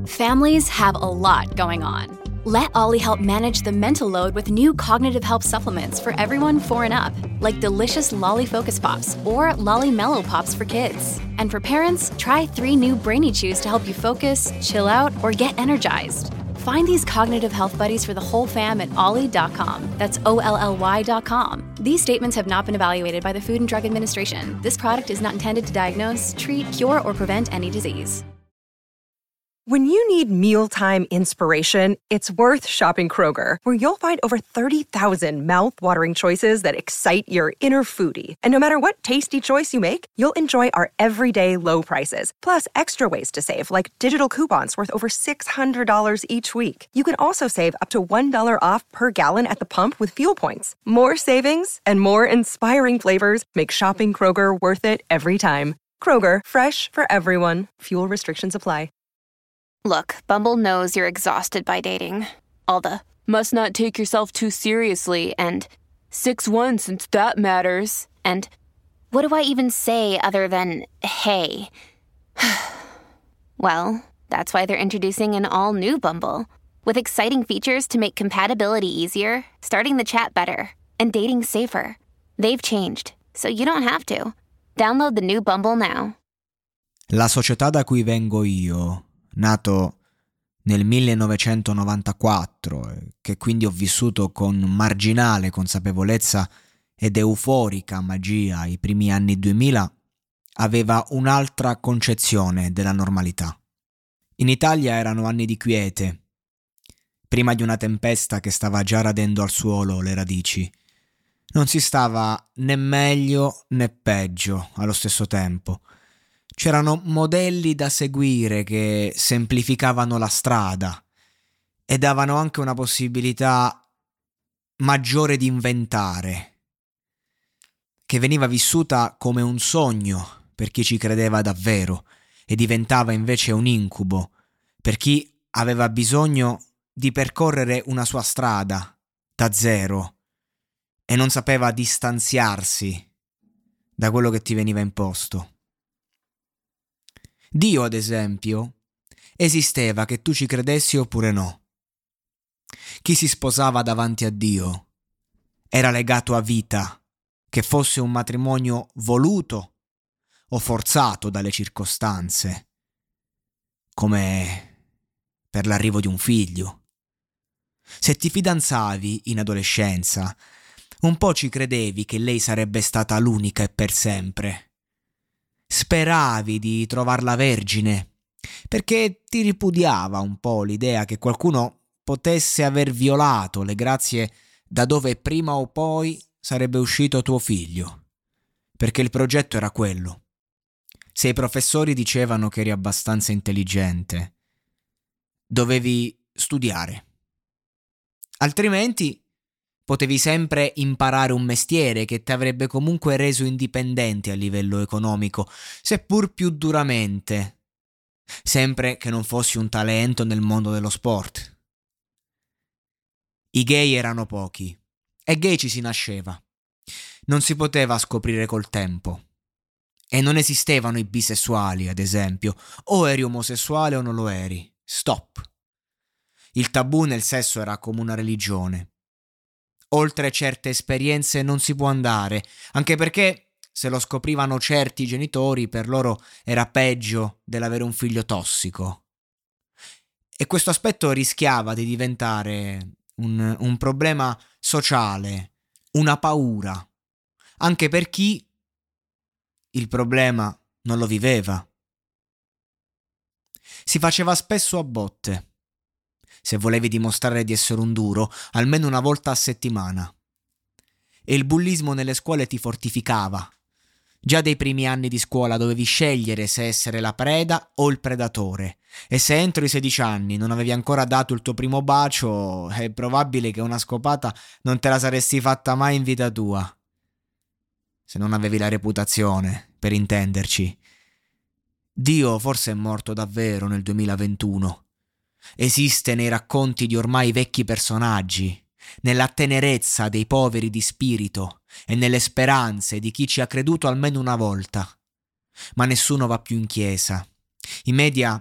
Families have a lot going on. Let Ollie help manage the mental load with new cognitive help supplements for everyone 4 and up, like delicious Lolly Focus Pops or Lolly Mellow Pops for kids. And for parents, try 3 new Brainy Chews to help you focus, chill out, or get energized. Find these cognitive health buddies for the whole fam at ollie.com. That's OLLY.com. These statements have not been evaluated by the Food and Drug Administration. This product is not intended to diagnose, treat, cure, or prevent any disease. When you need mealtime inspiration, it's worth shopping Kroger, where you'll find over 30,000 mouth-watering choices that excite your inner foodie. And no matter what tasty choice you make, you'll enjoy our everyday low prices, plus extra ways to save, like digital coupons worth over $600 each week. You can also save up to $1 off per gallon at the pump with fuel points. More savings and more inspiring flavors make shopping Kroger worth it every time. Kroger, fresh for everyone. Fuel restrictions apply. Look, Bumble knows you're exhausted by dating. All the, must not take yourself too seriously, and 6'1" since that matters, and what do I even say other than, hey? Well, that's why they're introducing an all-new Bumble, with exciting features to make compatibility easier, starting the chat better, and dating safer. They've changed, so you don't have to. Download the new Bumble now. La società da cui vengo io, nato nel 1994, che quindi ho vissuto con marginale consapevolezza ed euforica magia i primi anni 2000, aveva un'altra concezione della normalità. In Italia erano anni di quiete, prima di una tempesta che stava già radendo al suolo le radici. Non si stava né meglio né peggio allo stesso tempo. C'erano modelli da seguire che semplificavano la strada e davano anche una possibilità maggiore di inventare, che veniva vissuta come un sogno per chi ci credeva davvero e diventava invece un incubo per chi aveva bisogno di percorrere una sua strada da zero e non sapeva distanziarsi da quello che ti veniva imposto. Dio, ad esempio, esisteva che tu ci credessi oppure no. Chi si sposava davanti a Dio era legato a vita, che fosse un matrimonio voluto o forzato dalle circostanze, come per l'arrivo di un figlio. Se ti fidanzavi in adolescenza, un po' ci credevi che lei sarebbe stata l'unica e per sempre. Speravi di trovarla vergine, perché ti ripudiava un po' l'idea che qualcuno potesse aver violato le grazie da dove prima o poi sarebbe uscito tuo figlio, perché il progetto era quello. Se i professori dicevano che eri abbastanza intelligente, dovevi studiare. Altrimenti potevi sempre imparare un mestiere che ti avrebbe comunque reso indipendente a livello economico, seppur più duramente, sempre che non fossi un talento nel mondo dello sport. I gay erano pochi, e gay ci si nasceva. Non si poteva scoprire col tempo. E non esistevano i bisessuali, ad esempio. O eri omosessuale o non lo eri. Stop. Il tabù nel sesso era come una religione. Oltre certe esperienze non si può andare, anche perché se lo scoprivano certi genitori, per loro era peggio dell'avere un figlio tossico. E questo aspetto rischiava di diventare un problema sociale, una paura, anche per chi il problema non lo viveva. Si faceva spesso a botte. Se volevi dimostrare di essere un duro, almeno una volta a settimana. E il bullismo nelle scuole ti fortificava. Già dai primi anni di scuola dovevi scegliere se essere la preda o il predatore. E se entro i 16 anni non avevi ancora dato il tuo primo bacio, è probabile che una scopata non te la saresti fatta mai in vita tua. Se non avevi la reputazione, per intenderci. Dio forse è morto davvero nel 2021. Esiste nei racconti di ormai vecchi personaggi, nella tenerezza dei poveri di spirito e nelle speranze di chi ci ha creduto almeno una volta. Ma nessuno va più in chiesa. I media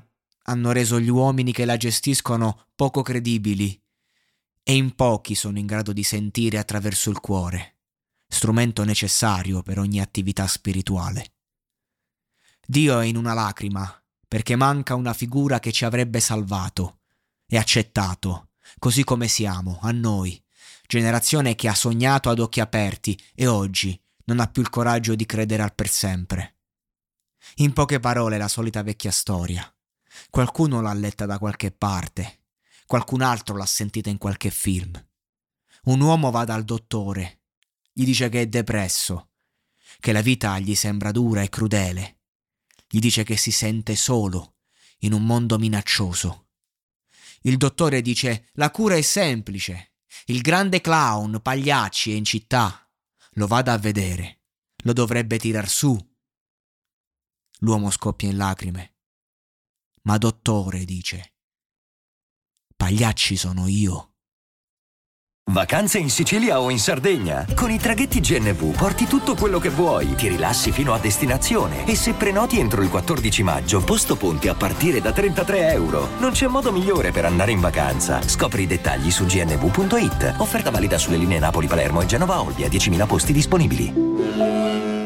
hanno reso gli uomini che la gestiscono poco credibili e in pochi sono in grado di sentire attraverso il cuore, strumento necessario per ogni attività spirituale. Dio è in una lacrima perché manca una figura che ci avrebbe salvato e accettato, così come siamo, a noi, generazione che ha sognato ad occhi aperti e oggi non ha più il coraggio di credere al per sempre. In poche parole la solita vecchia storia. Qualcuno l'ha letta da qualche parte, qualcun altro l'ha sentita in qualche film. Un uomo va dal dottore, gli dice che è depresso, che la vita gli sembra dura e crudele. Gli dice che si sente solo in un mondo minaccioso. Il dottore dice: la cura è semplice. Il grande clown Pagliacci è in città. Lo vada a vedere. Lo dovrebbe tirar su. L'uomo scoppia in lacrime. Ma dottore, dice, Pagliacci sono io. Vacanze in Sicilia o in Sardegna? Con i traghetti GNV porti tutto quello che vuoi, ti rilassi fino a destinazione e se prenoti entro il 14 maggio, posto ponti a partire da €33. Non c'è modo migliore per andare in vacanza. Scopri i dettagli su gnv.it. Offerta valida sulle linee Napoli-Palermo e Genova-Olbia, 10.000 posti disponibili.